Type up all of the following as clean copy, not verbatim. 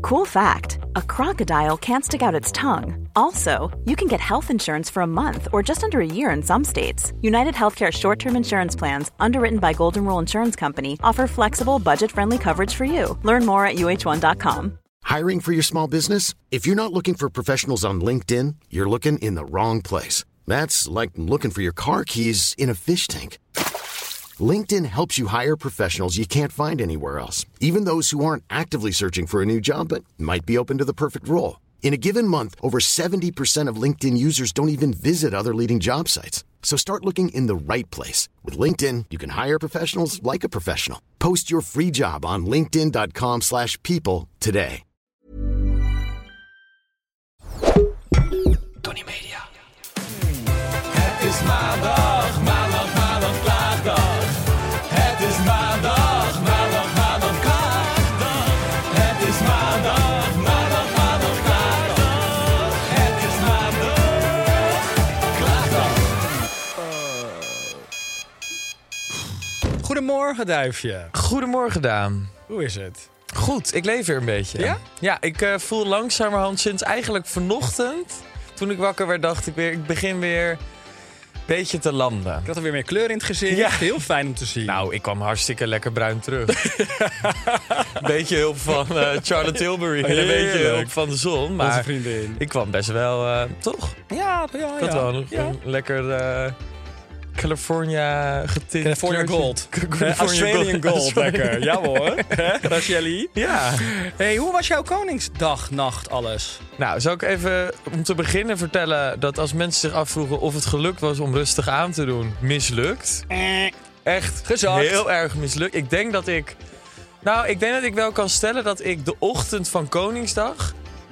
Cool fact, a crocodile can't stick out its tongue. Also, you can get health insurance for a month or just under a year in some states. United Healthcare short-term insurance plans, underwritten by Golden Rule Insurance Company, offer flexible, budget-friendly coverage for you. Learn more at uh1.com. Hiring for your small business? If you're not looking for professionals on LinkedIn, you're looking in the wrong place. That's like looking for your car keys in a fish tank. LinkedIn helps you hire professionals you can't find anywhere else, even those who aren't actively searching for a new job but might be open to the perfect role. In a given month, over 70% of LinkedIn users don't even visit other leading job sites. So start looking in the right place. With LinkedIn, you can hire professionals like a professional. Post your free job on linkedin.com/people today. Tony Media. Het is maandag, maandag, maandag, klaagdag. Het is maandag, maandag, maandag, klaagdag. Het is maandag, maandag, maandag, klaagdag. Het is maandag, klaagdag. Goedemorgen, Duifje. Goedemorgen, Daan. Hoe is het? Goed, ik leef weer een beetje. Ja? Ja, ik voel langzamerhand sinds eigenlijk vanochtend, toen ik wakker werd, dacht ik weer, ik begin weer een beetje te landen. Ik had er weer meer kleur in het gezicht. Ja. Heel fijn om te zien. Nou, ik kwam hartstikke lekker bruin terug. Een beetje hulp van Charlotte Tilbury en een beetje hulp van de zon. Onze Maar vriendin. ik kwam best wel, toch? Ja. Ik had wel een lekker California getint. California kleurtje. Gold. California Australian Gold, lekker. Ja hoor. Racheli. Ja. Hey, hoe was jouw Koningsdag, nacht, alles? Nou, zou ik even om te beginnen vertellen dat als mensen zich afvroegen of het gelukt was om rustig aan te doen, mislukt. Echt Gezakt. heel erg mislukt. Ik denk dat ik wel kan stellen dat ik de ochtend van Koningsdag,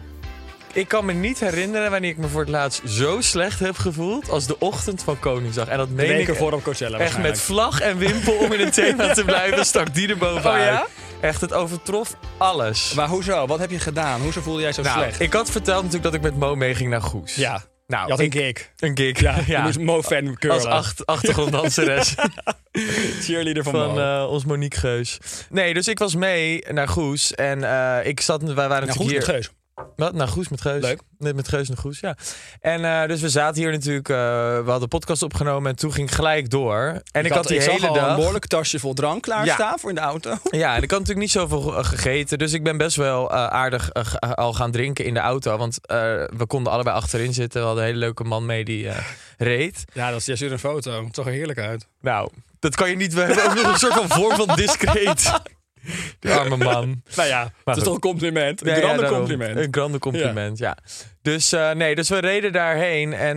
ik kan me niet herinneren wanneer ik me voor het laatst zo slecht heb gevoeld als de ochtend van Koningsdag. En dat meen ik Weken voor op Coachella echt met vlag en wimpel om in het thema te blijven, stak die er bovenuit. Oh ja? Echt, het overtrof alles. Maar hoezo? Wat heb je gedaan? Hoezo voelde jij zo Nou, slecht? ik had verteld natuurlijk dat ik met Mo mee ging naar Goes. Ja. Nou, Je had een gig. Een gig, Ja, je moest Mo-fan als curlen. achtergronddanseres Cheerleader van van Mo. ons Monique Geus. Nee, dus ik was mee naar Goes. En wij waren Nou, natuurlijk goed hier... met Geus. Wat? Naar Goes met Geus. Leuk. Net met Geus naar Goes, ja. En dus we zaten hier natuurlijk... we hadden een podcast opgenomen en toen ging ik gelijk door. En ik had die zag hele al dag... een behoorlijk tasje vol drank klaarstaan voor in de auto. Ja, en ik had natuurlijk niet zoveel gegeten. Dus ik ben best wel aardig al gaan drinken in de auto. Want we konden allebei achterin zitten. We hadden een hele leuke man mee die reed. Ja, jij stuurt een foto. Het zag er heerlijk uit. Nou, dat kan je niet. We hebben ook nog een soort van vorm van discreet. Die arme man. Nou ja, het is goed. toch een compliment. Een Ja, grande daarom. compliment. Een grande compliment, ja. Dus, dus we reden daarheen. En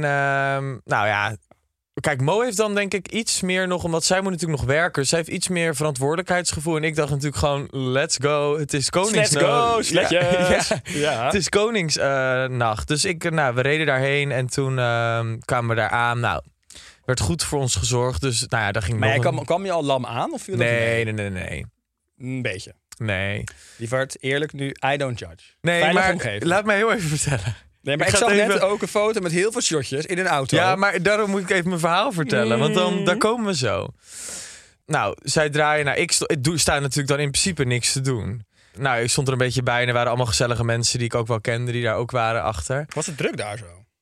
nou ja, kijk, Mo heeft dan denk ik iets meer nog... Omdat zij moet natuurlijk nog werken. Dus zij heeft iets meer verantwoordelijkheidsgevoel. En ik dacht natuurlijk gewoon, let's go. Het is Koningsnacht. Let's go, sletjes. Ja. Ja. Het is Koningsnacht. Dus we reden daarheen. En toen kwamen we daar aan. Nou, werd goed voor ons gezorgd. Dus nou ja, daar ging Maar nog kwam je al lam aan? Of viel dat mee? Nee. Een beetje. Nee. Lieverd, eerlijk nu, I don't judge. Nee, Veilig maar omgeving. laat mij heel even vertellen. Nee, maar ik ik ga zag het net even- ook een foto met heel veel shotjes in een auto. Ja, maar daarom moet ik even mijn verhaal vertellen. Want daar komen we zo. Nou, zij draaien. Nou, ik sta natuurlijk dan in principe niks te doen. Nou, ik stond er een beetje bij. En er waren allemaal gezellige mensen die ik ook wel kende. Die daar ook waren achter. Was het druk daar zo?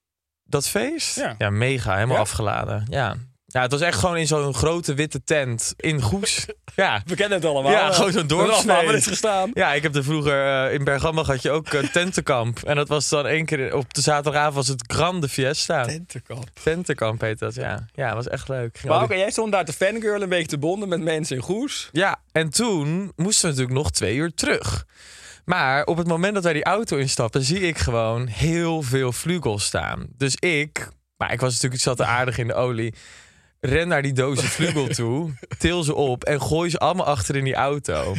Dat feest? Ja. Mega. Helemaal Ja? afgeladen. Ja. Ja, het was echt gewoon in zo'n grote witte tent in Goes. Ja. We kennen het allemaal. Ja, gewoon zo'n dorpsfeest. Waar is gestaan. Ja, ik heb er vroeger in Bergambacht had je ook tentenkamp. En dat was dan 1 keer op de zaterdagavond was het Grande Fiesta. Tentenkamp heet dat, ja. Ja, was echt leuk. Maar oké, jij stond daar te fangirl een beetje te bonden met mensen in Goes. Ja, en toen moesten we natuurlijk nog 2 uur terug. Maar op het moment dat wij die auto instappen, zie ik gewoon heel veel vlugels staan. Dus maar ik was natuurlijk iets te aardig in de olie. Ren naar die dozen vlugel toe, til ze op en gooi ze allemaal achter in die auto.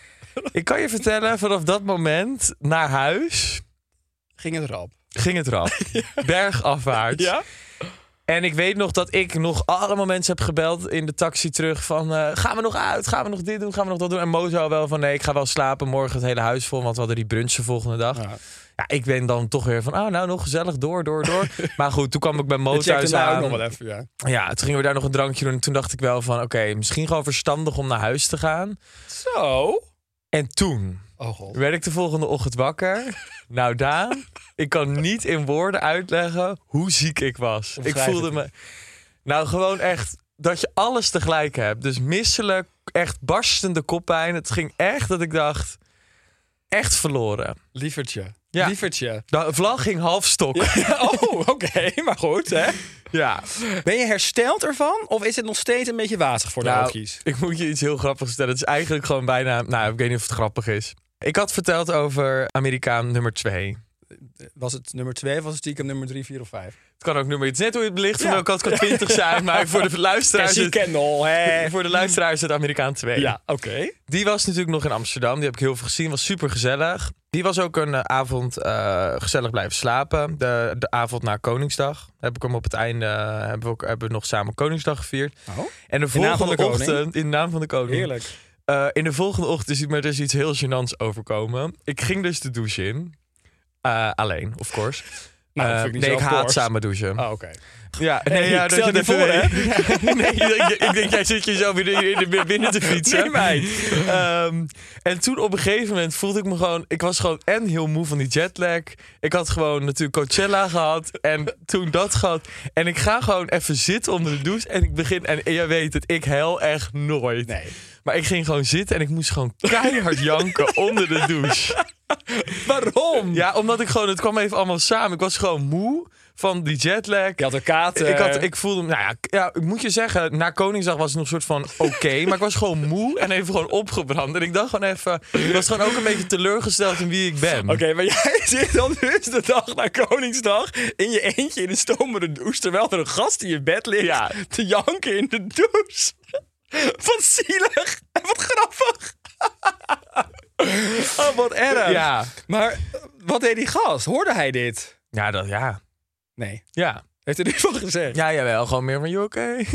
Ik kan je vertellen, vanaf dat moment naar huis Ging het rap. ging het rap. Bergafwaarts. Ja? En ik weet nog dat ik nog allemaal mensen heb gebeld in de taxi terug van... gaan we nog uit? Gaan we nog dit doen? Gaan we nog dat doen? En Mo zou wel van nee, ik ga wel slapen. Morgen het hele huis vol, want we hadden die brunch de volgende dag. Ja. Ja, ik ben dan toch weer van, nou nog gezellig, door. Maar goed, toen kwam ik bij Mo Je checkte thuis mij aan. ook nog wel even, ja. Ja, toen gingen we daar nog een drankje doen. En toen dacht ik wel van, oké, misschien gewoon verstandig om naar huis te gaan. Zo? En toen Oh god. werd ik de volgende ochtend wakker. Nou, Daan, ik kan niet in woorden uitleggen hoe ziek ik was. Ik voelde me... Nou, gewoon echt dat je alles tegelijk hebt. Dus misselijk, echt barstende koppijn. Het ging echt dat ik dacht, echt verloren. Lievertje. Ja. Lievertje. De vlag ging half stok. Oké, maar goed, hè? Ja. Ben je hersteld ervan? Of is het nog steeds een beetje wazig voor de oogjes? Ik moet je iets heel grappigs vertellen. Het is eigenlijk gewoon bijna... Nou, ik weet niet of het grappig is. Ik had verteld over Amerikaan nummer 2. Was het nummer 2 of was het stiekem nummer 3, 4 of 5? Het kan ook nummer... Het is net hoe je het belicht. Van welke kant kan 20 zijn. Maar voor de luisteraars... Voor de luisteraars is het Amerikaan 2. Ja, oké. Die was natuurlijk nog in Amsterdam. Die heb ik heel veel gezien. Was super gezellig. Die was ook een avond gezellig blijven slapen. De avond na Koningsdag heb ik hem op het einde... hebben we nog samen Koningsdag gevierd. Oh. En de volgende ochtend... In de naam van de koning. Heerlijk. In de volgende ochtend is me dus iets heel gênants overkomen. Ik ging dus de douche in. Alleen, of course. Nou, vind ik niet nee, zo ik of haat course. samen douchen. Oh, oké. Ja, ik stel het voor, hè? Nee, ik denk, jij zit je zo weer binnen te fietsen. Nee, meid. En toen op een gegeven moment voelde ik me gewoon... Ik was gewoon en heel moe van die jetlag. Ik had gewoon natuurlijk Coachella gehad. En toen dat gehad. En ik ga gewoon even zitten onder de douche. En ik begin... En jij weet het, ik huil echt nooit. Nee. Maar ik ging gewoon zitten en ik moest gewoon keihard janken onder de douche. Waarom? Ja, omdat ik gewoon... Het kwam even allemaal samen. Ik was gewoon moe van die jetlag. Je had een kater. Ik voelde me... Nou ja, ik moet je zeggen... Na Koningsdag was het nog een soort van oké, maar ik was gewoon moe en even gewoon opgebrand. En ik dacht gewoon even... Ik was gewoon ook een beetje teleurgesteld in wie ik ben. Oké, maar jij zit dan dus de dag na Koningsdag in je eentje in de stomende douche, terwijl er een gast in je bed ligt te janken in de douche. Wat zielig en wat grappig. Oh, wat erg. Ja. Maar wat deed die gast? Hoorde hij dit? Ja. Nee. Ja. Heeft hij er niet van gezegd? Ja, jawel. Gewoon meer van, you okay?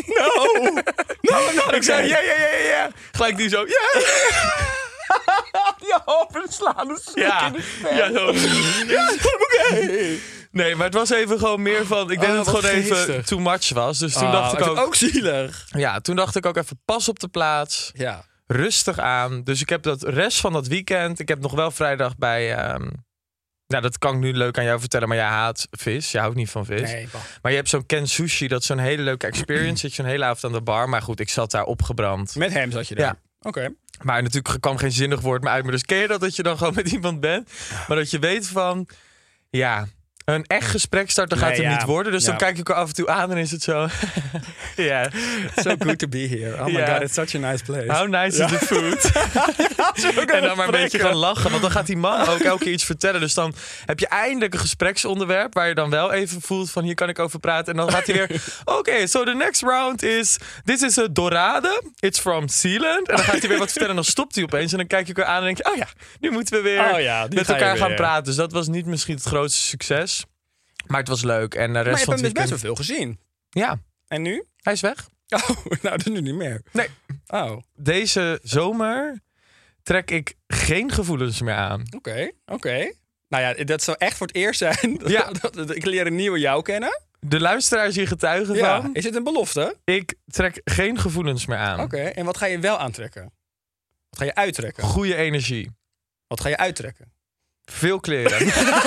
No. Ik zei, ja. Gelijk die zo, ja. Ja, openslaande Ja. Ja, zo. Oké. Nee, maar het was even gewoon meer van... Ik denk dat het wat gewoon even geestig. too much was. Dus toen dacht ik ook... zielig. Ja, toen dacht ik ook even pas op de plaats. Ja. Rustig aan. Dus ik heb dat rest van dat weekend... Ik heb nog wel vrijdag bij... Nou, dat kan ik nu leuk aan jou vertellen, maar jij haat vis. Je houdt niet van vis. Nee, maar je hebt zo'n Ken Sushi, dat is zo'n hele leuke experience. Zit je zo'n hele avond aan de bar. Maar goed, ik zat daar opgebrand. Met hem zat je daar? Ja. Oké. Maar natuurlijk kwam geen zinnig woord meer uit me. Dus ken je dat je dan gewoon met iemand bent? Maar dat je weet van... Ja, een echt gesprek starten gaat Nee, er niet worden. Dus dan kijk ik er af en toe aan en is het zo... Ja. So good to be here. Oh my god, it's such a nice place. How nice is the food? En dan maar een beetje gaan lachen. Want dan gaat die man ook elke keer iets vertellen. Dus dan heb je eindelijk een gespreksonderwerp... waar je dan wel even voelt van hier kan ik over praten. En dan gaat hij weer... Oké, so the next round is... This is a dorade. It's from Zealand. En dan gaat hij weer wat vertellen. En dan stopt hij opeens. En dan kijk je elkaar aan en denk je... Oh ja, nu moeten we weer met elkaar gaan praten. Dus dat was niet misschien het grootste succes. Maar het was leuk. En de rest maar je van hebt het hem dus best weekend... wel veel gezien. Ja. En nu? Hij is weg. Oh, nou, dat nu niet meer. Nee. Oh, Deze zomer trek ik geen gevoelens meer aan. oké. Nou ja, dat zou echt voor het eerst zijn. Ja. dat ik leer een nieuwe jou kennen. De luisteraars hier getuigen Ja. van. Is het een belofte? Ik trek geen gevoelens meer aan. Oké. En wat ga je wel aantrekken? Wat ga je uittrekken? Goede energie. Wat ga je uittrekken? Veel kleren.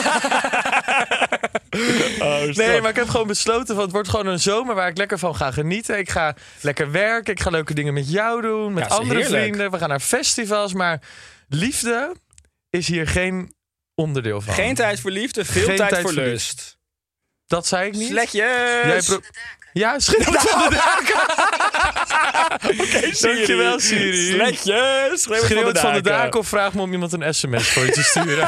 Nee, maar ik heb gewoon besloten van het wordt gewoon een zomer waar ik lekker van ga genieten. Ik ga lekker werken. Ik ga leuke dingen met jou doen. Met Ja, is andere heerlijk. vrienden. We gaan naar festivals. Maar liefde is hier geen onderdeel van. Geen tijd voor liefde, veel Geen tijd tijd voor voor lust. Dat zei ik niet. Slekjes! Ja, schreeuwt van de daken. Dankjewel, Siri. Slekjes! Schreeuwt van de daken of vraag me om iemand een sms voor je te sturen.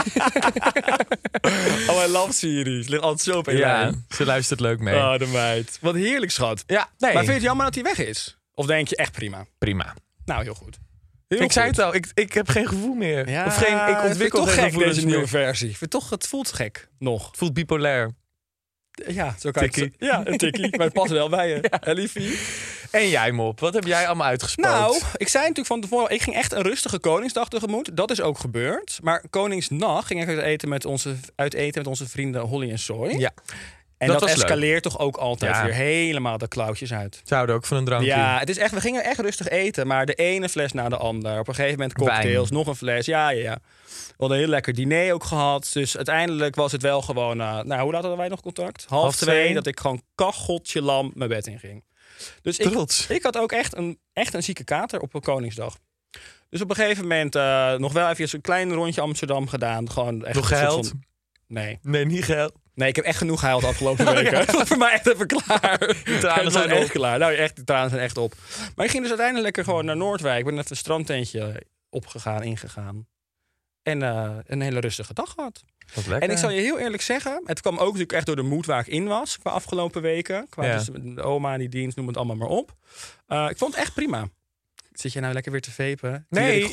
Oh, I love Siri. Ze ligt altijd zo op één Ja, lijn. ze luistert leuk mee. Oh, de meid. Wat heerlijk, schat. Ja, nee. Maar vind je het jammer dat hij weg is? Of denk je echt prima? Prima. Nou, heel goed. Ik zei het al, ik heb geen gevoel meer. Ja, Of geen, ik ontwikkel toch geen gek, gevoelens deze meer. nieuwe versie. Ik vind toch, het voelt gek. Nog. Het voelt bipolair. Ja, zo kan je het Tikkie. zo- Ja, een tikkie. Maar het past wel bij je. Hè, liefie? En jij, Mop, wat heb jij allemaal uitgesproken? Nou, ik zei natuurlijk van tevoren, ik ging echt een rustige Koningsdag tegemoet. Dat is ook gebeurd. Maar Koningsnacht ging ik uit eten met onze vrienden Holly en Soy. Ja. En Dat dat was leuk. escaleert toch ook altijd Ja. weer helemaal de klauwtjes uit. Ze houden ook van een drankje. Ja, het is echt, we gingen echt rustig eten, maar de ene fles na de ander. Op een gegeven moment cocktails, nog een fles. Ja. We hadden een heel lekker diner ook gehad. Dus uiteindelijk was het wel gewoon... hoe laat hadden wij nog contact? 1:30, dat ik gewoon kacheltje lam mijn bed in ging. Dus Trots. ik had ook echt een zieke kater op Koningsdag. Dus op een gegeven moment nog wel even een klein rondje Amsterdam gedaan. Gewoon echt Nog een soort gehuild? van- Nee. Nee, niet geld. Nee, ik heb echt genoeg gehuild de afgelopen weken. Dat was voor mij echt even klaar. De tranen zijn echt op. klaar. Nou, echt, de tranen zijn echt op. Maar ik ging dus uiteindelijk gewoon naar Noordwijk. Ik ben even een strandtentje ingegaan. En een hele rustige dag gehad. Wat lekker. En ik zal je heel eerlijk zeggen, het kwam ook natuurlijk echt door de moed waar ik in was qua afgelopen weken. Qua Ja. dus de oma, die dienst, noem het allemaal maar op. Ik vond het echt prima. Zit je nou lekker weer te vapen? Nee,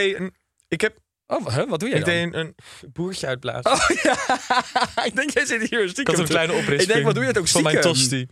ik heb Wat doe je ik dan? deed een boertje uitblazen. Oh ja, ik denk jij zit hier Ik stiekem. had een kleine oprisping. Ik denk, wat doe je het ook van mijn stiekem? tosti.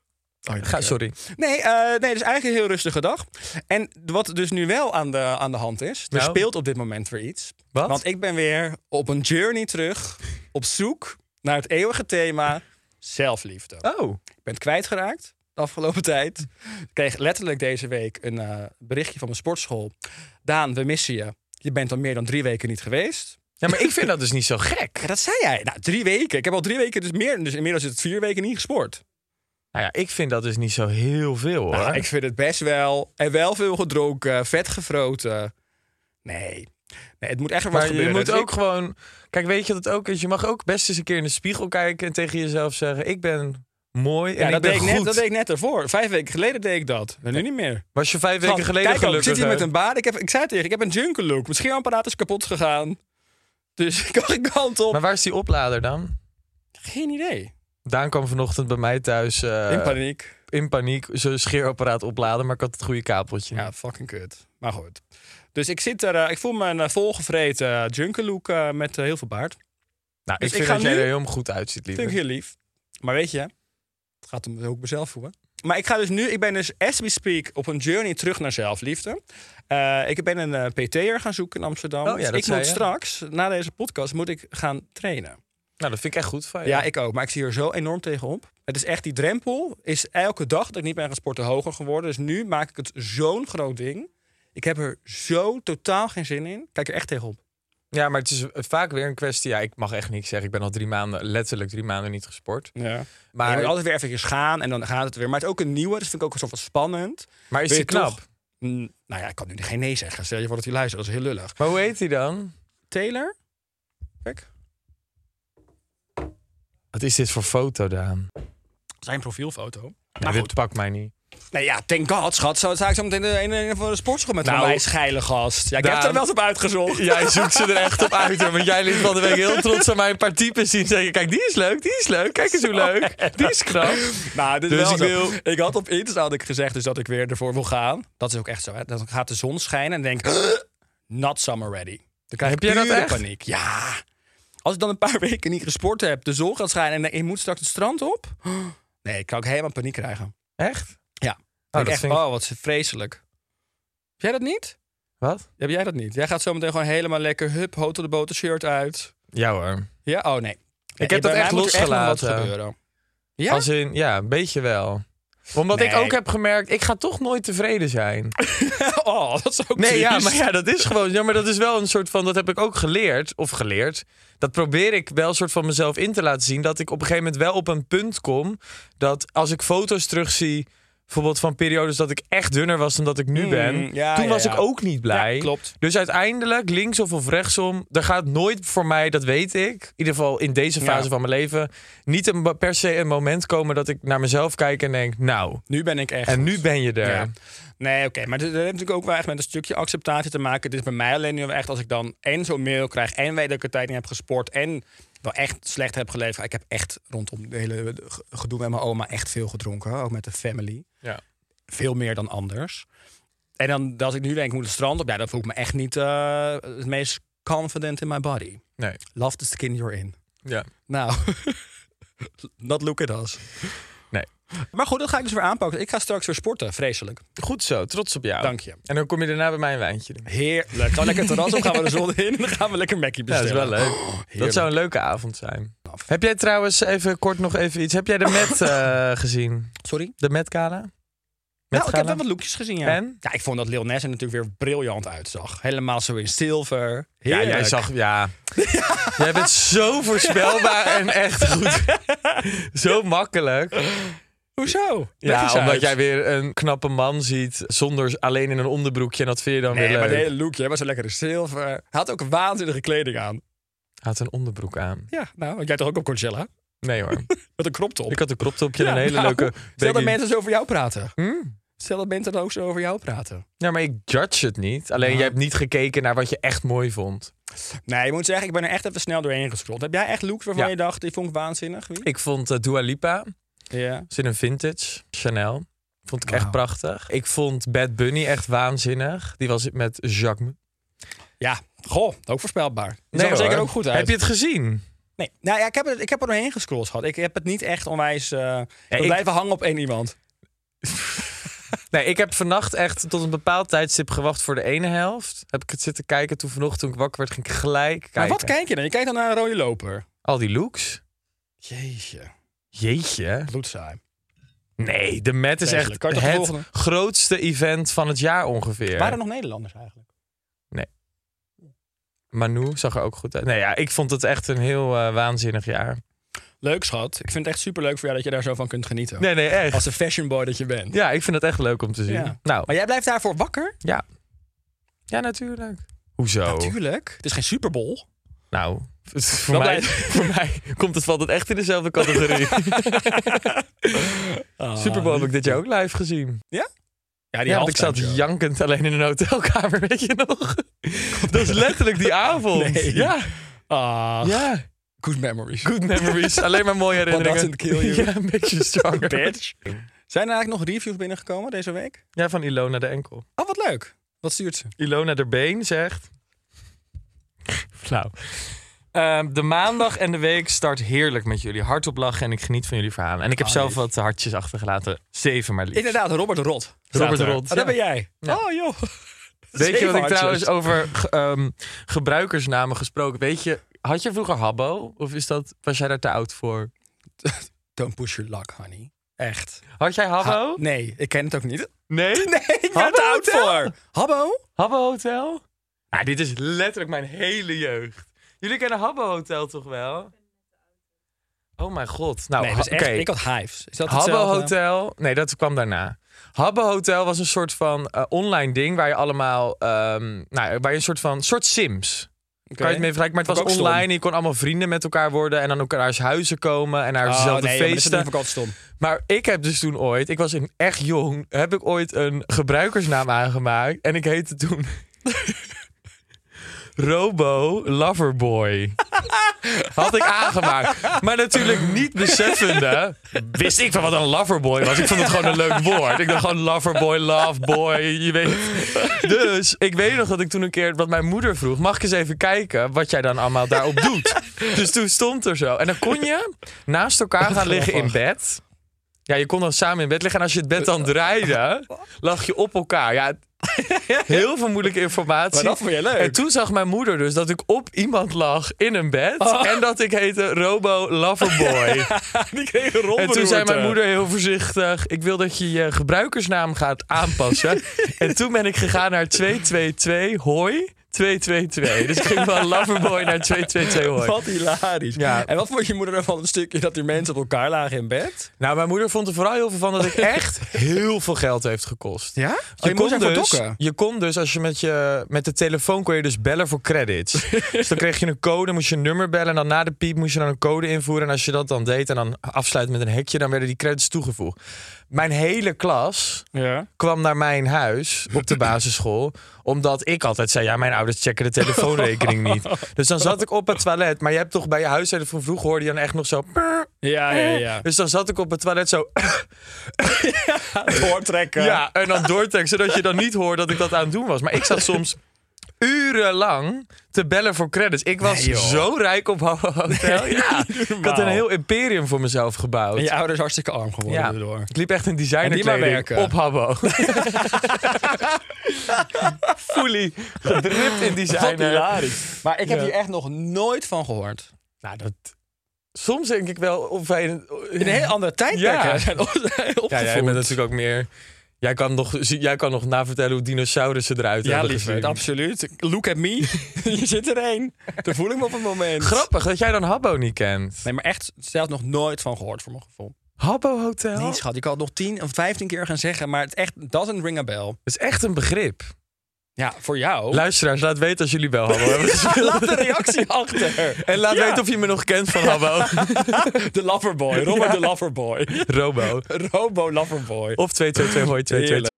Sorry. Nee, dus eigenlijk een heel rustige dag. En wat dus nu wel aan de hand is, er Nou? speelt op dit moment weer iets. Wat? Want ik ben weer op een journey terug, op zoek naar het eeuwige thema zelfliefde. Oh. Ik ben het kwijtgeraakt de afgelopen tijd. Ik kreeg letterlijk deze week een berichtje van mijn sportschool. Daan, we missen je. Je bent al meer dan 3 weken niet geweest. Ja, maar ik vind dat dus niet zo gek. Ja, dat zei jij. Nou, 3 weken. Ik heb al 3 weken dus meer. Dus inmiddels is het 4 weken niet gesport. Nou ja, ik vind dat dus niet zo heel veel, hoor. Nou, ik vind het best wel. En wel veel gedronken, vet gefroten. Nee, het moet echt weer wat maar gebeuren. je moet Dus ook gewoon... Kijk, weet je wat het ook is? Je mag ook best eens een keer in de spiegel kijken en tegen jezelf zeggen... Ik ben mooi en Ja, ik dat ben deed ik, goed. net, dat deed ik net ervoor. 5 weken geleden deed ik dat. En nu niet meer. Was je 5 weken Schat, geleden kijk ook, ik gelukkig? zit hier met een baard. Ik zei tegen je, ik heb een jungle look. Mijn scheerapparaat is kapot gegaan. Dus ik kan geen kant op. Maar waar is die oplader dan? Geen idee. Daan kwam vanochtend bij mij thuis In paniek. in paniek zijn scheerapparaat opladen, maar ik had het goede kabeltje. Ja, fucking kut. Maar goed. Dus ik zit er, ik voel me een volgevreten jungle look met heel veel baard. Nou, Dus ik ik vind ga dat jij nu- er heel goed uitziet, Vind liever. ik heel lief. Maar weet je, het gaat om hoe ik mezelf voelen. Maar ik ben dus as we speak op een journey terug naar zelfliefde. Ik ben een PT'er gaan zoeken in Amsterdam. Oh ja, Dus dat ik zei moet je. straks, na deze podcast, moet ik gaan trainen. Nou, dat vind ik echt goed van je. Ja, ik ook. Maar ik zie er zo enorm tegenop. Het is echt, die drempel is elke dag dat ik niet ben gaan sporten hoger geworden. Dus nu maak ik het zo'n groot ding. Ik heb er zo totaal geen zin in. Kijk er echt tegenop. Ja, maar het is vaak weer een kwestie... Ja, ik mag echt niks zeggen. Ik ben al 3 maanden, letterlijk 3 maanden niet gesport. Ja. Maar, je moet altijd weer eventjes gaan en dan gaat het weer. Maar het is ook een nieuwe, dus vind ik ook een soort van spannend. maar is Wil die je knap? toch- Nou ja, ik kan nu geen nee zeggen. Stel je voor dat hij luistert, dat is heel lullig. Maar hoe heet hij dan? Taylor? Kijk. Wat is dit voor foto, Daan? Zijn profielfoto. Nou, Maar dit goed. pakt mij niet. Nee, ja, thank God, schat. Zo sta ik zo meteen in een van de sportschool met Nou, een wijs geile gast. Ja, ik heb Daan, er wel eens op uitgezocht. Jij zoekt ze er echt op uit, hoor. Want jij liet van de week heel trots aan mij een paar types zien. Zeggen, kijk, die is leuk, die is leuk. Kijk eens hoe leuk. Die is knap. Nou, dit is Dus wel ik zo. Ik had op Insta had ik gezegd dus dat ik weer ervoor wil gaan. Dat is ook echt zo. Hè? Dan gaat de zon schijnen en denk not summer ready. Dan krijg Heb ik jij dat pure echt? paniek. Ja. Als ik dan een paar weken niet gesport heb, de zon gaat schijnen en je moet straks het strand op. Nee, ik kan ook helemaal paniek krijgen. Echt? Ja. Oh, Ik dat echt, vind ik... oh, wat vreselijk. Heb jij dat niet? Wat? Heb jij dat niet? Jij gaat zo meteen gewoon helemaal lekker hup, hotel de boter shirt uit. Ja hoor. Ja? Oh nee. Ik heb dat bij echt mij moet er nog wat losgelaten. gebeuren. Ja? Als in, ja, een beetje wel. Omdat ik Nee. ook heb gemerkt, ik ga toch nooit tevreden zijn. Oh, dat is ook Nee, ja, triest. maar ja, dat is gewoon... Ja, maar dat is wel een soort van... Dat heb ik ook geleerd. Dat probeer ik wel een soort van mezelf in te laten zien. Dat ik op een gegeven moment wel op een punt kom... Dat als ik foto's terugzie... Bijvoorbeeld van periodes dat ik echt dunner was dan dat ik nu ben. ja, toen ja, was ja. ik ook niet blij. Ja, klopt. Dus uiteindelijk, linksom of rechtsom... Er gaat nooit voor mij, dat weet ik... In ieder geval in deze fase Ja. van mijn leven... Niet per se een moment komen dat ik naar mezelf kijk en denk... Nou, Nu ben ik echt en goed. nu ben je er. Ja. Nee, oké. Maar dat heeft natuurlijk ook wel echt met een stukje acceptatie te maken. Dit is bij mij alleen nu echt als ik dan en zo'n mail krijg... en weet dat ik er tijd niet heb gesport... en wel echt slecht heb geleefd. Ik heb echt rondom de hele gedoe met mijn oma echt veel gedronken. Ook met de family. Ja. Veel meer dan anders. En dan als ik nu denk, ik moet het strand op... Ja, dan voel ik me echt niet het meest confident in my body. Nee. Love the skin you're in. Ja. Nou, not look at us. Nee. Maar goed, dat ga ik dus weer aanpakken. Ik ga straks weer sporten, vreselijk. Goed zo, trots op jou. Dank je. En dan kom je daarna bij mij een wijntje doen. Heerlijk. Gaan we lekker het terras op, gaan we de zon in en dan gaan we lekker Mackie Ja, dat is bestellen. wel leuk. heerlijk. Dat zou een leuke avond zijn. af. Heb jij trouwens, even kort nog even iets. Heb jij de Met gezien? Sorry? De Met Gala? Nou, ik heb wel wat lookjes gezien, ja. En? Ja, ik vond dat Lil Nas er natuurlijk weer briljant uitzag. Helemaal zo in zilver. Ja, Heerlijk. jij zag... Ja. Jij bent zo voorspelbaar en echt goed. Zo makkelijk. Hoezo? Leg Ja, eens omdat uit. jij weer een knappe man ziet zonder alleen in een onderbroekje. En dat vind je dan weer Nee, maar leuk. de hele look, jij was zo lekker in zilver. Hij had ook waanzinnige kleding aan. Hij had een onderbroek aan. Ja, nou, jij toch ook op Coachella? Nee hoor. Met een crop top. Ik had een crop topje en een hele nou, leuke... Stel dat baggy- mensen zo over jou praten. Hm? Stel dat mensen dan ook zo over jou praten. Ja, maar ik judge het niet. Alleen jij hebt niet gekeken naar wat je echt mooi vond. Nee, je moet zeggen, ik ben er echt even snel doorheen gescrolld. Heb jij echt looks waarvan Ja. je dacht, die vond ik waanzinnig? Wie? Ik vond Dua Lipa. Ja. Zit een vintage Chanel. Vond ik Wauw. echt prachtig. Ik vond Bad Bunny echt waanzinnig. Die was met Jacques. Ja, goh, ook voorspelbaar. Die Nee, zag er zeker hoor. ook goed uit. Heb je het gezien? Nee, nou ja, ik heb er doorheen gescrolld gehad. Ik heb het niet echt onwijs... ik blijven hangen op één iemand. Nee, ik heb vannacht echt tot een bepaald tijdstip gewacht voor de ene helft. Heb ik het zitten kijken. Toen vanochtend toen ik wakker werd, ging ik gelijk kijken. Maar wat kijk je dan? Je kijkt dan naar een rode loper. Al die looks. Jeetje, Jeetje. bloedsaai. Nee, de Met is Vreselijk. echt Kan je toch de het volgende? grootste event van het jaar ongeveer. Waren er nog Nederlanders eigenlijk? Manu zag er ook goed uit. Nee, ja, ik vond het echt een heel waanzinnig jaar. Leuk, schat. Ik vind het echt superleuk voor jou dat je daar zo van kunt genieten. Nee, echt. Als een fashion boy dat je bent. Ja, ik vind het echt leuk om te zien. Ja. Nou, Maar jij blijft daarvoor wakker? ja. Ja, natuurlijk. Hoezo? Natuurlijk. Het is geen Super Bowl. Nou, voor Wel mij, blij. voor mij valt het echt in dezelfde categorie. Super Bowl heb ik dit jaar ook live gezien. Ja, die Ja, want ik zat halftime show. jankend alleen in een hotelkamer, weet je nog? Dat is letterlijk die avond. Nee. Ja, Ah, ja. good memories. Good memories. Alleen maar mooie herinneringen. doesn't kill you. Ja, een beetje stronger. Bitch. Zijn er eigenlijk nog reviews binnengekomen deze week? Ja, van Ilona de Enkel. Oh, wat leuk. Wat stuurt ze? Ilona de Been zegt... Flauw. De maandag en de week start heerlijk met jullie. Hardop lachen en ik geniet van jullie verhalen. En ik heb zelf lief. wat hartjes achtergelaten. 7 maar liefst. Inderdaad, Robert Rot. Robert Staat er. Rot, Oh, dat ja. ben jij. Ja. Oh, joh. Weet je wat 7 ik hartjes. trouwens over gebruikersnamen gesproken... Weet je, had je vroeger Habbo? Of was jij daar te oud voor? Don't push your luck, honey. Echt. Had jij Habbo? Nee, ik ken het ook niet. Nee? Nee, ik ben Habbo te oud Hotel? voor. Habbo? Habbo Hotel? Nou, dit is letterlijk mijn hele jeugd. Jullie kennen Habbo Hotel toch wel? Oh mijn god. Nou, Nee, dat is echt, oké. ik had hives. Is dat Habbo hetzelfde? Hotel. Nee, dat kwam daarna. Habbo Hotel was een soort van online ding waar je allemaal, waar je een soort Sims. Oké. Kan je het mee vergelijken? Maar het Vond was ik ook online. Je kon allemaal vrienden met elkaar worden en dan ook naar huizen komen en naar Oh, dezelfde nee, maar dit feesten. vind ik altijd stom. Maar ik heb dus toen ooit, ik was echt jong, heb ik ooit een gebruikersnaam aangemaakt. En ik heette toen Robo Loverboy. Had ik aangemaakt. Maar natuurlijk niet beseffende, wist ik van wat een loverboy was. Ik vond het gewoon een leuk woord. Ik dacht gewoon loverboy, loveboy, je weet. Dus ik weet nog dat ik toen een keer, wat mijn moeder vroeg, mag ik eens even kijken wat jij dan allemaal daarop doet. Dus toen stond er zo. En dan kon je naast elkaar gaan liggen in bed. Ja, je kon dan samen in bed liggen. En als je het bed dan draaide, lag je op elkaar. Ja, heel veel moeilijke informatie. Maar dat vond je leuk. En toen zag mijn moeder dus dat ik op iemand lag in een bed. En dat ik heette Robo Loverboy. Die kreeg een En toen zei mijn moeder heel voorzichtig: ik wil dat je je gebruikersnaam gaat aanpassen. En toen ben ik gegaan naar 222 hoi 222. Dus ik ging van Loverboy naar 222 hoi. Wat hilarisch. Ja. En wat vond je moeder ervan een stukje dat die mensen op elkaar lagen in bed? Nou, mijn moeder vond er vooral heel veel van dat ik echt heel veel geld heeft gekost. Ja? Je moest ervoor dokken. Je kon dus, als je met de telefoon kon je dus bellen voor credits. Dus dan kreeg je een code, moest je een nummer bellen. En dan na de piep moest je dan een code invoeren. En als je dat dan deed en dan afsluiten met een hekje, dan werden die credits toegevoegd. Mijn hele klas Ja. kwam naar mijn huis op de basisschool. Omdat ik altijd zei, ja, mijn ouders checken de telefoonrekening niet. Dus dan zat ik op het toilet. Maar je hebt toch bij je huishouden van vroeger hoorde je dan echt nog zo... Ja. Dus dan zat ik op het toilet zo... Doortrekken. Ja, en dan doortrekken, zodat je dan niet hoort dat ik dat aan het doen was. Maar ik zat soms urenlang te bellen voor credits. Ik was Nee, joh. zo rijk op Habbo Hotel. Ja, ik had een heel imperium voor mezelf gebouwd. En je ouders hartstikke arm geworden Ja, erdoor. ik liep echt in En die maar designerkleding werken. op Habbo. Fully gedript in Wat designer. hilarisch. Maar ik heb Ja. hier echt nog nooit van gehoord. Nou, dat Soms denk ik wel of wij... In een heel andere tijdperk zijn opgevoed. Ja, jij bent natuurlijk ook meer... Jij kan nog navertellen hoe dinosaurussen eruit Ja, hebben lieverd, gezien. absoluut. Look at me. Je zit er één. Daar voel ik me op het moment. Grappig dat jij dan Habbo niet kent. Nee, maar echt zelfs nog nooit van gehoord voor mijn gevoel. Habbo Hotel? Nee, schat. Ik kan het nog 10 of 15 keer gaan zeggen, maar het echt doesn't ring a bell. Dat is echt een begrip. Ja, voor jou. Luisteraars, laat weten als jullie wel Habbo hebben gespeeld. Laat een reactie achter. En laat weten of je me nog kent van Habbo. De Loverboy. Robert de Loverboy. Robo. Robo Loverboy. Of 222 hoi 222.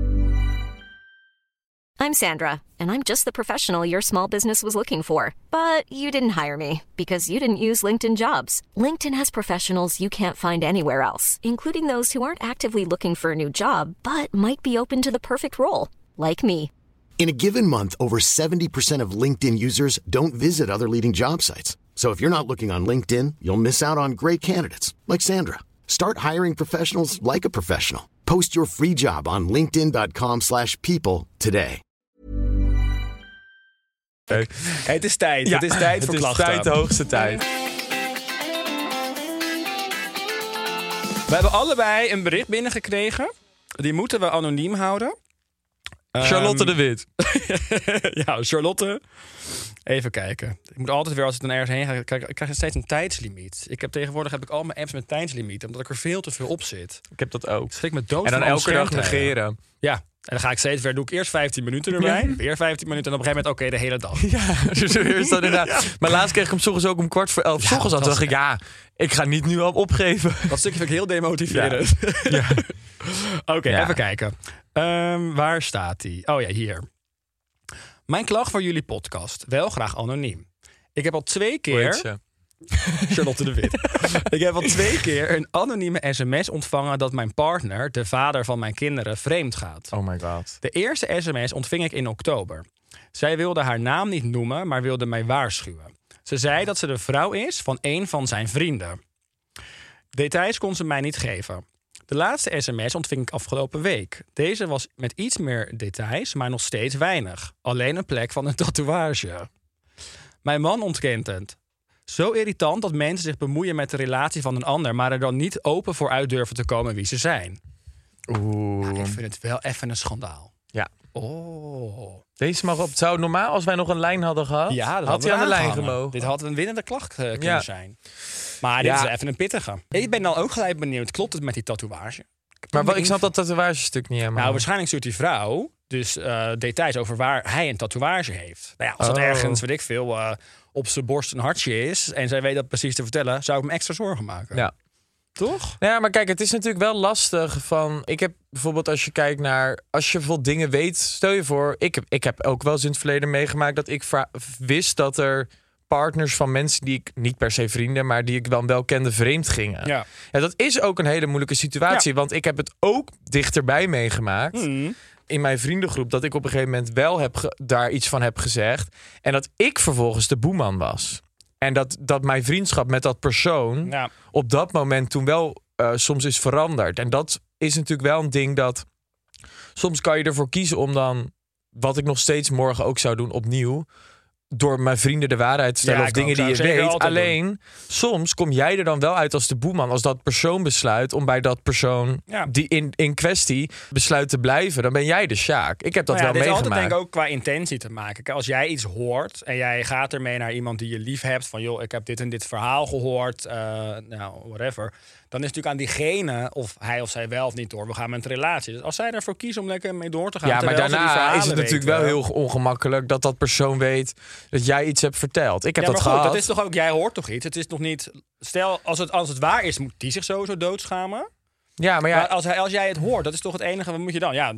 I'm Sandra, and I'm just the professional your small business was looking for. But you didn't hire me because you didn't use LinkedIn Jobs. LinkedIn has professionals you can't find anywhere else, including those who aren't actively looking for a new job, but might be open to the perfect role, like me. In a given month, over 70% of LinkedIn users don't visit other leading job sites. So if you're not looking on LinkedIn, you'll miss out on great candidates like Sandra. Start hiring professionals like a professional. Post your free job on linkedin.com/people today. Het is tijd. Het is tijd voor klachten. Het is tijd, de hoogste tijd. We hebben allebei een bericht binnengekregen. Die moeten we anoniem houden. Charlotte de Wit. Ja, Charlotte. Even kijken. Ik moet altijd weer, als ik dan ergens heen ga, ik krijg steeds een tijdslimiet. Tegenwoordig heb ik al mijn apps met tijdslimiet, omdat ik er veel te veel op zit. Ik heb dat ook. Schrik me dood. En dan van elke dag schermtijden. negeren. Ja, en dan ga ik steeds weer, doe ik eerst 15 minuten erbij. Weer 15 minuten en op een gegeven moment, de hele dag. Ja, dus is dat inderdaad. Maar laatst kreeg ik hem 's ochtends ook om 11:15. 's ochtends dacht ik, ik ga niet nu al opgeven. Dat stukje vind ik heel demotiverend. Ja. Oké, Ja. even kijken. Waar staat die? Oh ja, hier. Mijn klacht voor jullie podcast. Wel graag anoniem. Ik heb al 2 Hoe heet keer... ze? Charlotte de Wit. Ik heb al 2 keer een anonieme sms ontvangen dat mijn partner, de vader van mijn kinderen, vreemd gaat. Oh my god. De eerste sms ontving ik in oktober. Zij wilde haar naam niet noemen, maar wilde mij waarschuwen. Ze zei dat ze de vrouw is van een van zijn vrienden. Details kon ze mij niet geven. De laatste sms ontving ik afgelopen week. Deze was met iets meer details, maar nog steeds weinig. Alleen een plek van een tatoeage. Mijn man ontkent het. Zo irritant dat mensen zich bemoeien met de relatie van een ander, maar er dan niet open voor uit durven te komen wie ze zijn. Oeh. Ja, ik vind het wel even een schandaal. Ja. Oh. Deze mag op. Het zou normaal, als wij nog een lijn hadden gehad, Ja, dat had hij aan de lijn aangehangen. gemogen. Dit had een winnende klacht kunnen Ja. zijn. Maar dit Ja. is even een pittige. Ik ben dan ook gelijk benieuwd. Klopt het met die tatoeage? Maar ik snap dat tatoeagestuk niet helemaal. Nou, waarschijnlijk stuurt die vrouw dus details over waar hij een tatoeage heeft. Nou ja, als dat Oh. ergens, weet ik veel, op zijn borst een hartje is en zij weet dat precies te vertellen, zou ik me extra zorgen maken. Ja. Toch? Ja, maar kijk, het is natuurlijk wel lastig van... Ik heb bijvoorbeeld, als je kijkt naar... Als je bijvoorbeeld dingen weet... Stel je voor, ik heb ook wel eens in het verleden meegemaakt... dat ik wist dat er partners van mensen die ik... Niet per se vrienden, maar die ik wel kende vreemd gingen. Ja. Ja, dat is ook een hele moeilijke situatie. Want ik heb het ook dichterbij meegemaakt... in mijn vriendengroep... dat ik op een gegeven moment wel daar iets van heb gezegd... en dat ik vervolgens de boeman was. En dat mijn vriendschap met dat persoon... Ja. op dat moment toen wel soms is veranderd. En dat is natuurlijk wel een ding dat... soms kan je ervoor kiezen om dan... wat ik nog steeds morgen ook zou doen opnieuw... door mijn vrienden de waarheid te stellen Ja, of ik dingen ook. die je Zou ik zeker weet. altijd Alleen, soms kom jij er dan wel uit als de boeman. Als dat persoon besluit om bij dat persoon... Ja. die in kwestie besluit te blijven... dan ben jij de Sjaak. Ik heb dat Nou ja, wel dit is meegemaakt. altijd denk ik ook qua intentie te maken. Kijk, als jij iets hoort en jij gaat ermee naar iemand die je lief hebt... van joh, ik heb dit en dit verhaal gehoord, whatever... dan is het natuurlijk aan diegene of hij of zij wel of niet door. We gaan met een relatie. Dus als zij ervoor kiezen om lekker mee door te gaan... Ja, maar terwijl ze die daarna is verhalen het natuurlijk wel weten, heel ongemakkelijk... dat persoon weet dat jij iets hebt verteld. Ik heb ja, dat maar goed, gehad. dat is toch ook, jij hoort toch iets? Het is nog niet... Stel, als het waar is, moet die zich sowieso doodschamen. Ja, maar ja, Maar als jij het hoort, dat is toch het enige, wat moet je dan? Ja,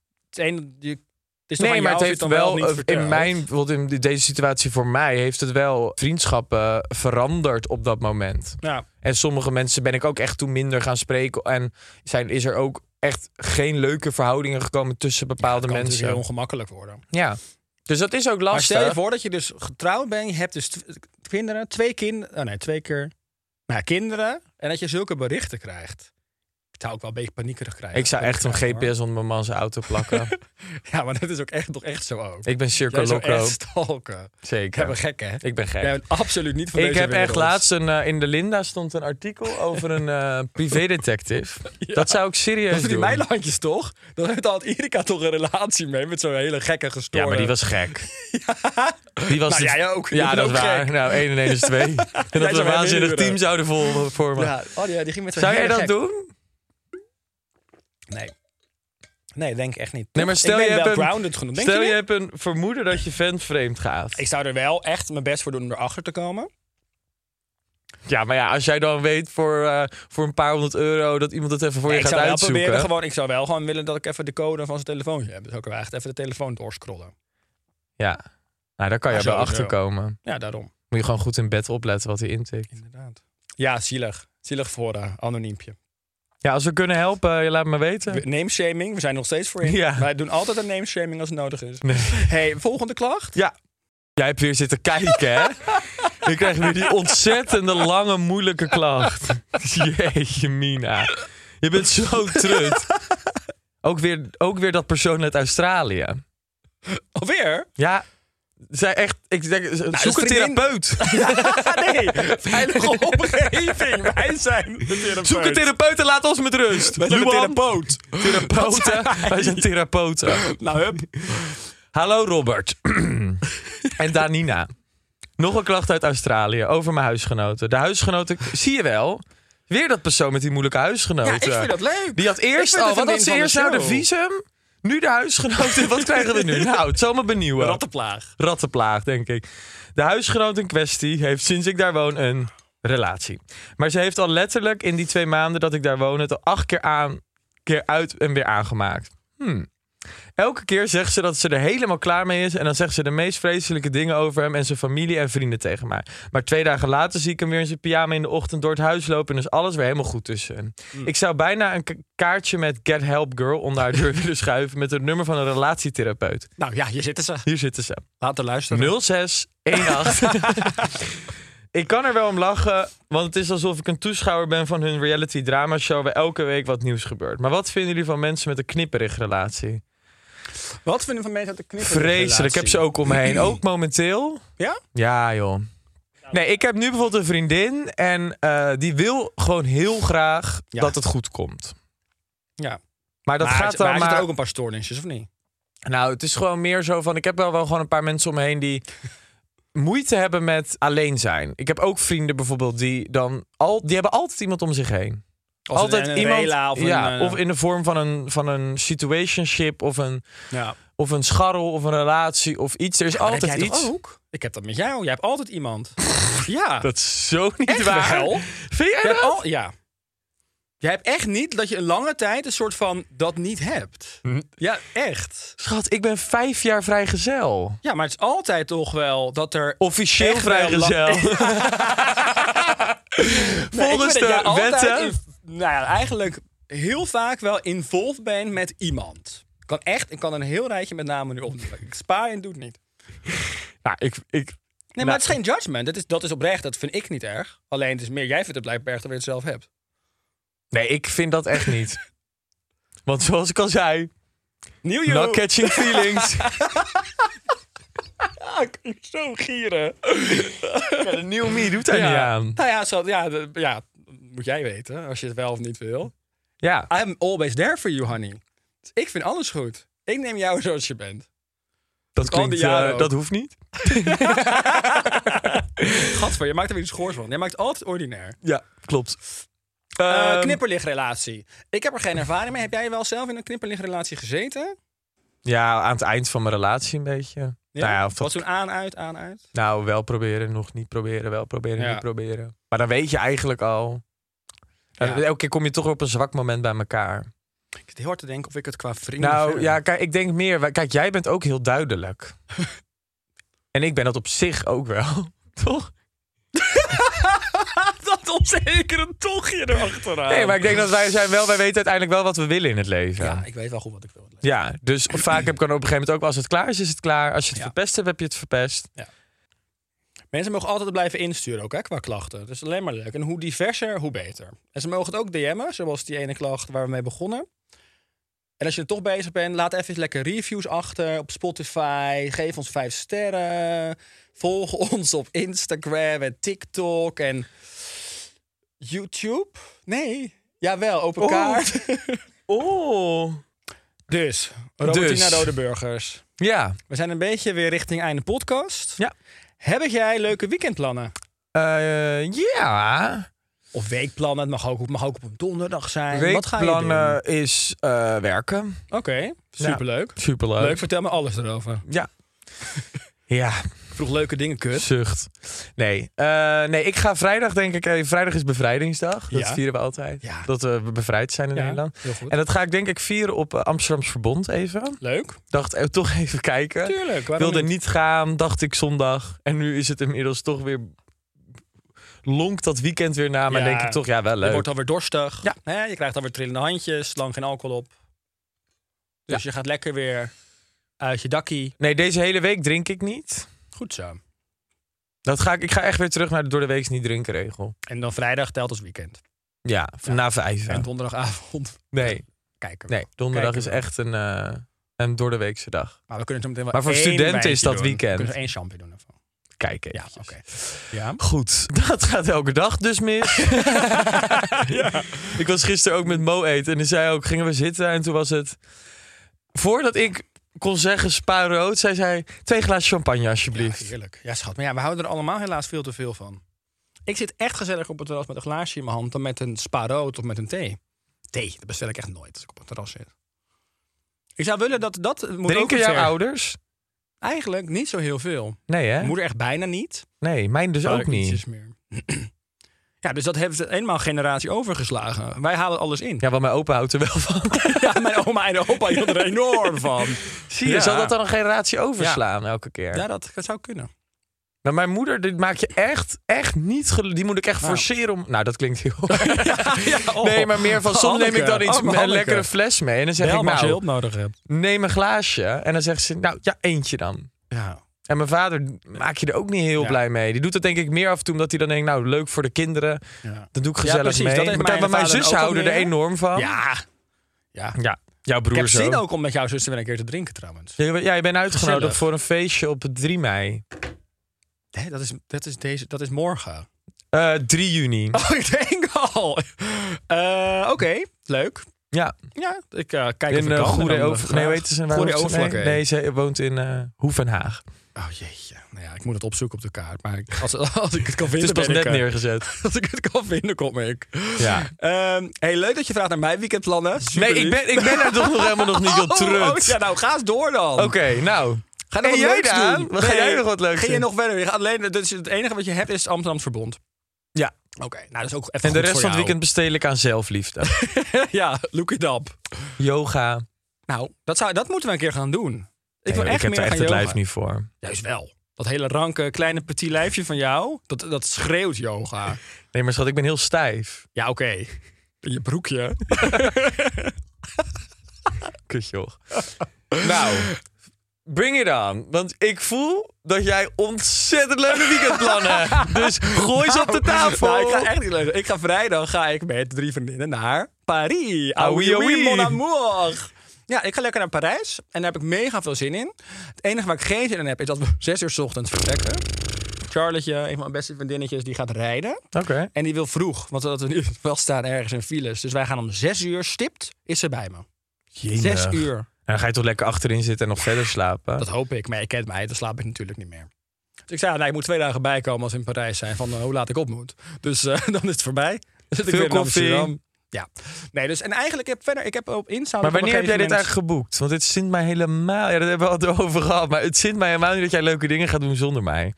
het is toch nee, aan maar jou het of je heeft dan wel niet vertelt. bijvoorbeeld in deze situatie voor mij heeft het wel vriendschappen veranderd op dat moment. Ja. En sommige mensen ben ik ook echt toen minder gaan spreken en is er ook echt geen leuke verhoudingen gekomen tussen bepaalde Dat kan mensen. natuurlijk heel ongemakkelijk worden. Ja, dus dat is ook Maar lastig. stel je voor dat je dus getrouwd bent, je hebt dus kinderen, 2 kinderen, kinderen, en dat je zulke berichten krijgt. Ik zou ook wel een beetje paniekerig krijgen. Ik zou echt een Hoor. GPS onder mijn man zijn auto plakken. Ja, maar dat is ook toch echt zo ook. Ik ben Circo Jij zou Loco. echt stalken. Zeker. Jij bent gek, hè? Ik ben gek. Jij bent absoluut niet van Ik deze heb echt wereld. laatst in de Linda stond een artikel over een privédetective. Dat zou ik serieus Dat zijn die doen. meilandjes, toch? Dan had Erika toch een relatie mee met zo'n hele gekke gestoorde... Ja, maar die was gek. Die was Nou, jij ook. Je Ja, bent dat ook is waar. gek. Nou, 1 en 1 is 2. En dat we zou een hem waanzinnig inhuren. team zouden vormen. Ja, die ging met zo'n Zou jij hele dat gek- doen? Nee, denk ik echt niet. Nee, maar Toch? stel ik je ben hebt wel een, grounded genoeg. Denk stel je je niet? hebt een vermoeden dat je vent vreemd gaat. Ik zou er wel echt mijn best voor doen om erachter te komen. Ja, maar ja, als jij dan weet voor een paar €100 dat iemand het even voor je ik gaat zou wel uitzoeken. proberen gewoon, ik zou wel gewoon willen dat ik even de code van zijn telefoontje heb. Dus ook wel echt even de telefoon doorscrollen. Ja, nou, daar kan je Ja, wel sowieso. achter komen. Ja, daarom. Moet je gewoon goed in bed opletten wat hij intikt. Inderdaad. Ja, zielig. Zielig voor anoniempje. Ja, als we kunnen helpen, je laat me weten. Nameshaming, we zijn nog steeds voor in. Ja. Wij doen altijd een nameshaming als het nodig is. Nee. Hey, volgende klacht? Ja. Jij hebt weer zitten kijken, hè? Je krijgt weer die ontzettende lange, moeilijke klacht. Jeetje, Mina. Je bent zo trut. Ook weer dat persoon uit Australië. Alweer? Ja, zij echt... Ik denk, zoek een vriendin- therapeut. Nee, veilige omgeving. Wij zijn de therapeut. Zoek een therapeut en laat ons met rust. Wij zijn de Luan. therapeut. Therapeuten. Wij zijn therapeuten. Nou, hup. Hallo Robert. En Danina. Nog een klacht uit Australië over mijn huisgenoten. De huisgenoten, zie je wel... Weer dat persoon met die moeilijke huisgenoten. Ja, ik vind dat leuk. Die had eerst Ik vind het wat een had ze win eerst van de nou de show. visum? Nu de huisgenoten. Wat krijgen we nu? Nou, het zal me benieuwen. Rattenplaag. Rattenplaag, denk ik. De huisgenoot in kwestie heeft sinds ik daar woon een relatie. Maar ze heeft al letterlijk in die 2 maanden dat ik daar woon... het al 8 keer uit en weer aangemaakt. Elke keer zegt ze dat ze er helemaal klaar mee is... en dan zegt ze de meest vreselijke dingen over hem... en zijn familie en vrienden tegen mij. Maar 2 dagen later zie ik hem weer in zijn pyjama in de ochtend... door het huis lopen en is alles weer helemaal goed tussen hen. Ik zou bijna een kaartje met Get Help Girl... onder haar deur willen schuiven... met het nummer van een relatietherapeut. Nou ja, hier zitten ze. Hier zitten ze. Laten luisteren. 0618. Ik kan er wel om lachen, want het is alsof ik een toeschouwer ben van hun reality drama show waar elke week wat nieuws gebeurt. Maar wat vinden jullie van mensen met een knipperig relatie? Wat vinden van mensen uit de knippen? Vreselijk, ik heb ze ook om me heen. Ook momenteel. Ja? Ja, joh. Nee, ik heb nu bijvoorbeeld een vriendin en die wil gewoon heel graag Ja. dat het goed komt. Ja. Maar dat gaat dan maar er maar... zitten ook een paar stoornisjes, of niet? Nou, het is gewoon meer zo van... Ik heb wel gewoon een paar mensen om me heen die moeite hebben met alleen zijn. Ik heb ook vrienden bijvoorbeeld die hebben altijd iemand om zich heen. Als Altijd een iemand, rela of ja, een... of in de vorm van een situationship ja. of een scharrel of een relatie of iets. Er is Maar dat altijd heb jij iets. toch ook? Ik heb dat met jou. Jij hebt altijd iemand. Ja. Dat is zo niet Echt waar. wel? Vind jij Jij hebt dat? ja. Jij hebt echt niet dat je een lange tijd een soort van dat niet hebt. Ja, echt. Schat, ik ben 5 jaar vrijgezel. Ja, maar het is altijd toch wel dat er... Officieel Echt wel vrijgezel. Nee, Volgens ik weet dat jij de altijd wetten. nou ja, eigenlijk heel vaak wel involved bent met iemand. Ik kan een heel rijtje met namen nu opnoemen. Ik spaar en doe het niet. Nou, Nee, maar het is geen judgment. Dat is oprecht. Dat vind ik niet erg. Alleen het is meer, jij vindt het blijkbaar erg dat je het zelf hebt. Nee, ik vind dat echt niet. Want zoals ik al zei, Nieuw not catching feelings. ik kan zo gieren. Ja, de nieuwe me doet daar niet aan. Nou ja, moet jij weten, als je het wel of niet wil. Ja, I'm always there for you, honey. Dus ik vind alles goed. Ik neem jou zoals je bent. dat al die klinkt, jaren ook. dat hoeft niet. Gadver, je maakt er weer een schoors van. Jij maakt het altijd ordinair. Ja, klopt. Knipperligrelatie. Ik heb er geen ervaring mee. Heb jij wel zelf in een knipperligrelatie gezeten? Ja, aan het eind van mijn relatie een beetje. Ja? Nou ja, of Was dat, toen aan-uit? nou, wel proberen, nog niet proberen, wel proberen, Ja. niet proberen. Maar dan weet je eigenlijk al. Ja. Elke keer kom je toch weer op een zwak moment bij elkaar. Ik zit heel hard te denken of ik het qua vrienden Nou vind. ja, kijk, ik denk meer. Kijk, jij bent ook heel duidelijk. En ik ben dat op zich ook wel. Toch? Dat onzekere tochtje erachteraan. Nee, maar ik denk dat wij weten uiteindelijk wel wat we willen in het leven. Ja, ik weet wel goed wat ik wil. Ja, dus vaak heb ik dan op een gegeven moment ook... als het klaar is, is het klaar. Als je het Ja. verpest hebt, heb je het verpest. Maar Mensen mogen altijd blijven insturen ook, hè, qua klachten. Dat is alleen maar leuk. En hoe diverser, hoe beter. En ze mogen het ook DM'en, zoals die ene klacht waar we mee begonnen. En als je er toch bezig bent, laat even lekker reviews achter op Spotify. Geef ons 5 sterren. Volg ons op Instagram en TikTok en YouTube. Nee, jawel, open kaart. Oh. Dus, naar Rode Burgers. Ja. We zijn een beetje weer richting einde podcast. Ja. Heb jij leuke weekendplannen? Ja. Of weekplannen, het mag ook op een donderdag zijn. Wat ga je doen? Weekplannen is werken. Oké, superleuk. Superleuk. Leuk, vertel me alles erover. Ja. Ja. Vroeg leuke dingen, kut. Zucht. Nee, ik ga vrijdag denk ik... vrijdag is bevrijdingsdag. Dat vieren we altijd. Ja. Dat we bevrijd zijn in Nederland. Heel goed. En dat ga ik denk ik vieren op Amsterdams Verbond even. Leuk. Dacht toch even kijken. Tuurlijk. Wilde niet gaan, dacht ik zondag. En nu is het inmiddels toch weer... lonkt dat weekend weer na. Maar denk ik toch, wel leuk. Je wordt alweer dorstig. Ja. Hè? Je krijgt alweer trillende handjes. Lang geen alcohol op. Dus je gaat lekker weer uit je dakkie. Nee, deze hele week drink ik niet. Goed zo. Ik ga echt weer terug naar de door de week niet drinken regel. En dan vrijdag telt als weekend. Ja, na 5. En donderdagavond. Nee. Kijken. Nee, donderdag is echt een door de weekse dag. Maar we kunnen het meteen wel. Maar voor studenten is dat doen. weekend. We kunnen er 1 champje doen ervan. Kijken. Ja, oké. Ja. Goed, dat gaat elke dag dus mis. Ja. Ik was gisteren ook met Mo eten en die zei ook, gingen we zitten en toen was het... Voordat ik kon zeggen spa rood, zei zij 2 glazen champagne alsjeblieft. Ja, heerlijk. Ja, schat. Maar ja, we houden er allemaal helaas veel te veel van. Ik zit echt gezellig op het terras met een glaasje in mijn hand dan met een spa rood of met een thee. Thee, dat bestel ik echt nooit als ik op het terras zit. Ik zou willen dat moet drinken ook jouw ouders? Eigenlijk niet zo heel veel. Nee, hè? Mijn moeder echt bijna niet. Nee, mijn dus ook niet. Meer. Ja, dus dat heeft eenmaal een generatie overgeslagen. Wij halen alles in. Ja, want mijn opa houdt er wel van. Ja, mijn oma en opa hielden er enorm van. Zie je, zal dat dan een generatie overslaan elke keer? Ja, dat zou kunnen. Maar mijn moeder, dit maak je echt niet... Die moet ik echt forceren om... Nou, dat klinkt heel... Nee, maar meer van... Soms neem ik dan een lekkere fles mee. En dan zeg ik, als je hulp nodig hebt. Neem een glaasje. En dan zegt ze, nou, eentje dan. Ja. En mijn vader maak je er ook niet heel blij mee. Die doet dat denk ik meer af en toe omdat hij dan denkt... Nou, leuk voor de kinderen. Ja. Dat doe ik gezellig mee. Maar mijn zussen houden er enorm van. Ja. Jouw broer. Ik heb zin ook om met jouw zussen weer een keer te drinken trouwens. Ja, je bent uitgenodigd voor een feestje op 3 mei. Nee, dat is morgen. 3 juni. Oh, ik denk al. Oké, leuk. Ja. Ja, ik kijk in even Goede Overvlakke. Nee, weet je Goede Overvlakke. Nee, ze woont in Hoevenhaag. Oh jeetje. Nou ja, ik moet het opzoeken op de kaart. Maar als ik het kan vinden... Het is pas net neergezet. Als ik het kan vinden, kom ik. Ja. Hey, leuk dat je vraagt naar mijn weekendplannen. Super ik ben er toch nog helemaal nog niet op terug. Ja, nou, ga eens door dan. Oké, nou... Ga nog wat leuks doen. Ga jij nog wat leuks doen? Ga je nog verder? Je gaat alleen, dus het enige wat je hebt is Amsterdams Verbond. Ja. Oké, nou dat is ook even. En de rest van het weekend besteed ik aan zelfliefde. Ja, look it up. Yoga. Nou, dat moeten we een keer gaan doen. Ik wil echt heb meer er echt gaan het yoga. lijf niet voor. Juist wel. Dat hele ranke, kleine petit lijfje van jou, dat schreeuwt yoga. Nee, maar schat, ik ben heel stijf. Ja, oké. In je broekje. Kutjoh. Nou... Bring it on. Want ik voel dat jij ontzettend leuke weekendplannen hebt. Dus gooi ze op de tafel. Nou, ik ga echt niet leuk. Ik ga vrijdag met 3 vriendinnen naar Paris. Oui, mon amour. Ja, ik ga lekker naar Parijs. En daar heb ik mega veel zin in. Het enige waar ik geen zin in heb, is dat we 6 uur 's ochtends vertrekken. Charlotte, een van mijn beste vriendinnetjes, die gaat rijden. Oké. En die wil vroeg, want dat we nu wel staan ergens in files. Dus wij gaan om 6 uur stipt, is ze bij me. Jemig. 6 uur. En dan ga je toch lekker achterin zitten en nog verder slapen? Dat hoop ik, maar je kent mij, dan slaap ik natuurlijk niet meer. Dus ik zei, ik moet 2 dagen bijkomen als we in Parijs zijn, van hoe laat ik op moet. Dus dan is het voorbij. Dan zit ik weer in Amsterdam. Ja. Nee, dus en eigenlijk ik heb op Insta. Maar wanneer heb jij dit eigenlijk geboekt? Want het zint mij helemaal... Ja, dat hebben we al over gehad. Maar het zint mij helemaal niet dat jij leuke dingen gaat doen zonder mij.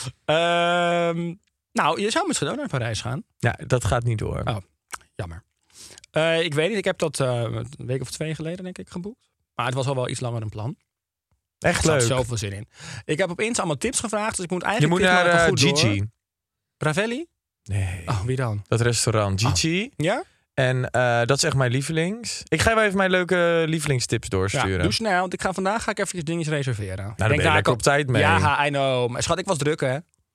Nou, je zou misschien ook naar Parijs gaan. Ja, dat gaat niet door. Oh, jammer. Ik weet niet, ik heb dat een week of 2 geleden denk ik geboekt. Maar het was al wel iets langer een plan. Echt leuk. leuk. Er zat zoveel zin in. Ik heb op Insta allemaal tips gevraagd, dus ik moet eigenlijk... Je moet naar Gigi. Door. Ravelli? Nee. Oh, wie dan? Dat restaurant. Gigi. Oh. Ja? En dat is echt mijn lievelings. Ik ga wel even mijn leuke lievelingstips doorsturen. Ja, doe snel, want vandaag ga ik even dingetjes reserveren. Nou, dan ben je lekker op tijd mee. Ja, I know. Maar schat, ik was druk, hè?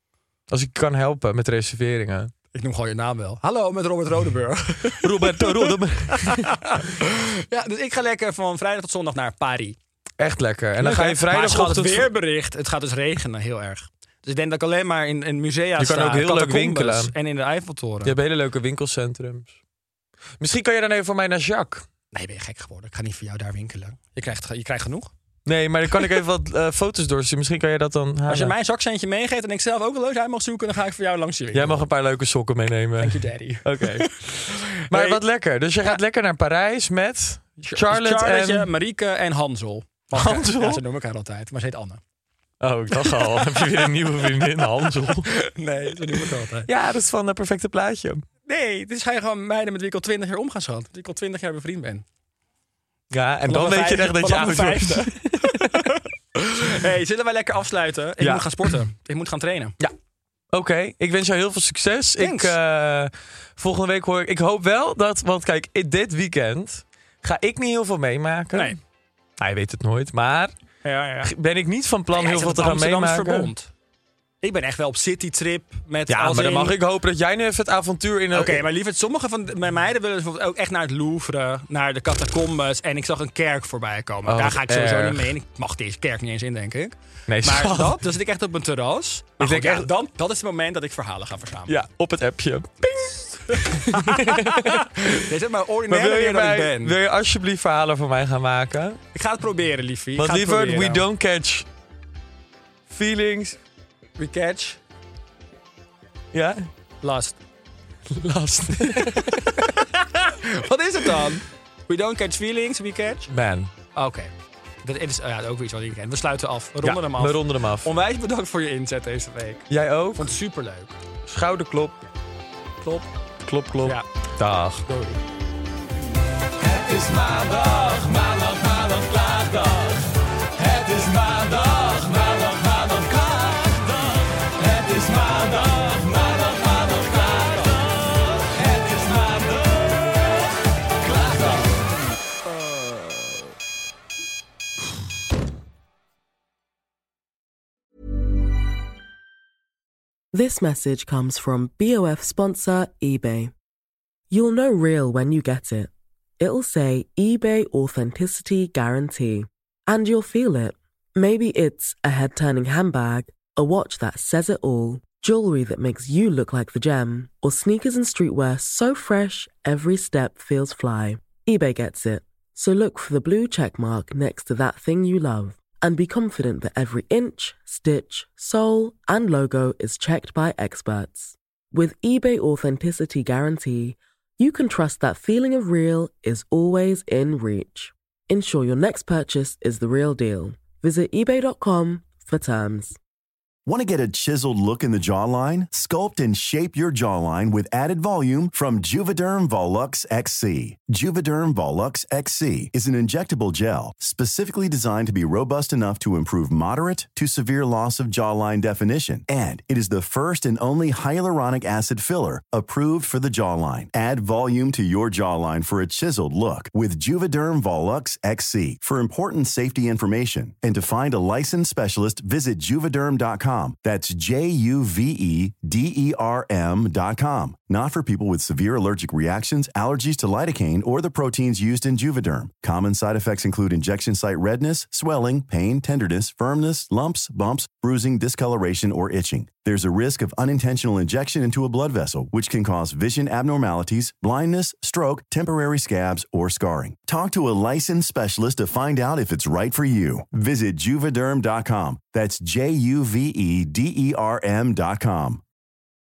Als ik je kan helpen met reserveringen. Ik noem gewoon je naam wel. Hallo, met Robert Rodeburg. Roberto Rodem. Ja, dus ik ga lekker van vrijdag tot zondag naar Paris. Echt lekker. En dan ga je Maar vrijdagochtend... het weerbericht, het gaat dus regenen heel erg. Dus ik denk dat ik alleen maar in musea Je kan ook heel leuk catacombes winkelen. En in de Eiffeltoren. Je hebt hele leuke winkelcentrums. Misschien kan je dan even voor mij naar Jacques. Nee, ben je gek geworden? Ik ga niet voor jou daar winkelen. Je krijgt genoeg. Nee, maar dan kan ik even wat foto's doorsturen. Misschien kan je dat dan halen. Als je mij een zakcentje meegeeft en ik zelf ook wel leuk uit mag zoeken, dan ga ik voor jou langs je winkel. Jij mag een paar leuke sokken meenemen. Thank you, daddy. Oké. Maar Nee. wat lekker. Dus je gaat lekker naar Parijs met Charlotte en... Marieke en Hansel. Hansel? Ja, zo noem ik haar altijd. Maar ze heet Anne. Oh, ik dacht al. Heb je weer een nieuwe vriendin, Hansel? Nee, zo noem ik haar altijd. Ja, dat is van het perfecte plaatje. Nee, dit zijn gewoon meiden met wie ik al 20 jaar omga, schat. Dat ik al 20 jaar bevriend ben. Ja, en Vanaf dan mijn weet je echt dat je vanaf oud mijn wordt. Hey, zullen wij lekker afsluiten? Ik moet gaan sporten. Ik moet gaan trainen. Oké, ik wens jou heel veel succes. Thanks. Volgende week hoor ik... Ik hoop wel dat... Want kijk, dit weekend ga ik niet heel veel meemaken. Nee. Hij weet het nooit, maar Ja. ben ik niet van plan Jij heel zit veel op te gaan Amsterdams meemaken. Verbond. Ik ben echt wel op citytrip. Met Ja, als maar dan in- mag ik hopen dat jij nu even het avontuur in... Oké, maar lieverd, sommige van mijn meiden willen bijvoorbeeld ook echt naar het Louvre, naar de catacombes. En ik zag een kerk voorbij komen. Oh, Daar wat ga ik sowieso erg. niet mee in. Ik mag deze kerk niet eens in, denk ik. Nee, Maar schat. dan zit ik echt op een terras. Maar Ik denk goed, ja, echt- dan, dat is het moment dat ik verhalen ga verzamelen. Ja, op het appje. Dit is maar Maar ordinair meer dan ik ben. wil je alsjeblieft verhalen voor mij gaan maken? Ik ga het proberen, liefie. Want Ik ga het lieverd, we proberen. don't catch feelings. We catch Ja? last. Last. Wat is het dan? We don't catch feelings, we catch? Man. Oké. Dat is ook iets wat ik ken. We sluiten af. We ronden hem af. We ronden hem af. Onwijs bedankt voor je inzet deze week. Jij ook? Ik vond het superleuk. Schouderklop. Klop. Klop, klop. Ja. Dag. Doei. Het is maandag, maandag, maandag, klaagdag. Het is maandag, maandag, maandag, klaagdag. Het is maandag, maandag, maandag, klaagdag. Het is maandag, klaagdag. This message comes from BOF sponsor eBay. You'll know real when you get it. It'll say eBay Authenticity Guarantee. And you'll feel it. Maybe it's a head-turning handbag, a watch that says it all, jewelry that makes you look like the gem, or sneakers and streetwear so fresh every step feels fly. eBay gets it. So look for the blue check mark next to that thing you love. And be confident that every inch, stitch, sole, and logo is checked by experts. With eBay Authenticity Guarantee, you can trust that feeling of real is always in reach. Ensure your next purchase is the real deal. Visit eBay.com for terms. Want to get a chiseled look in the jawline? Sculpt and shape your jawline with added volume from Juvederm Volux XC. Juvederm Volux XC is an injectable gel specifically designed to be robust enough to improve moderate to severe loss of jawline definition. And it is the first and only hyaluronic acid filler approved for the jawline. Add volume to your jawline for a chiseled look with Juvederm Volux XC. For important safety information and to find a licensed specialist, visit Juvederm.com. That's Juvederm.com. Not for people with severe allergic reactions, allergies to lidocaine, or the proteins used in Juvederm. Common side effects include injection site redness, swelling, pain, tenderness, firmness, lumps, bumps, bruising, discoloration, or itching. There's a risk of unintentional injection into a blood vessel, which can cause vision abnormalities, blindness, stroke, temporary scabs, or scarring. Talk to a licensed specialist to find out if it's right for you. Visit Juvederm.com. That's Juvederm.com.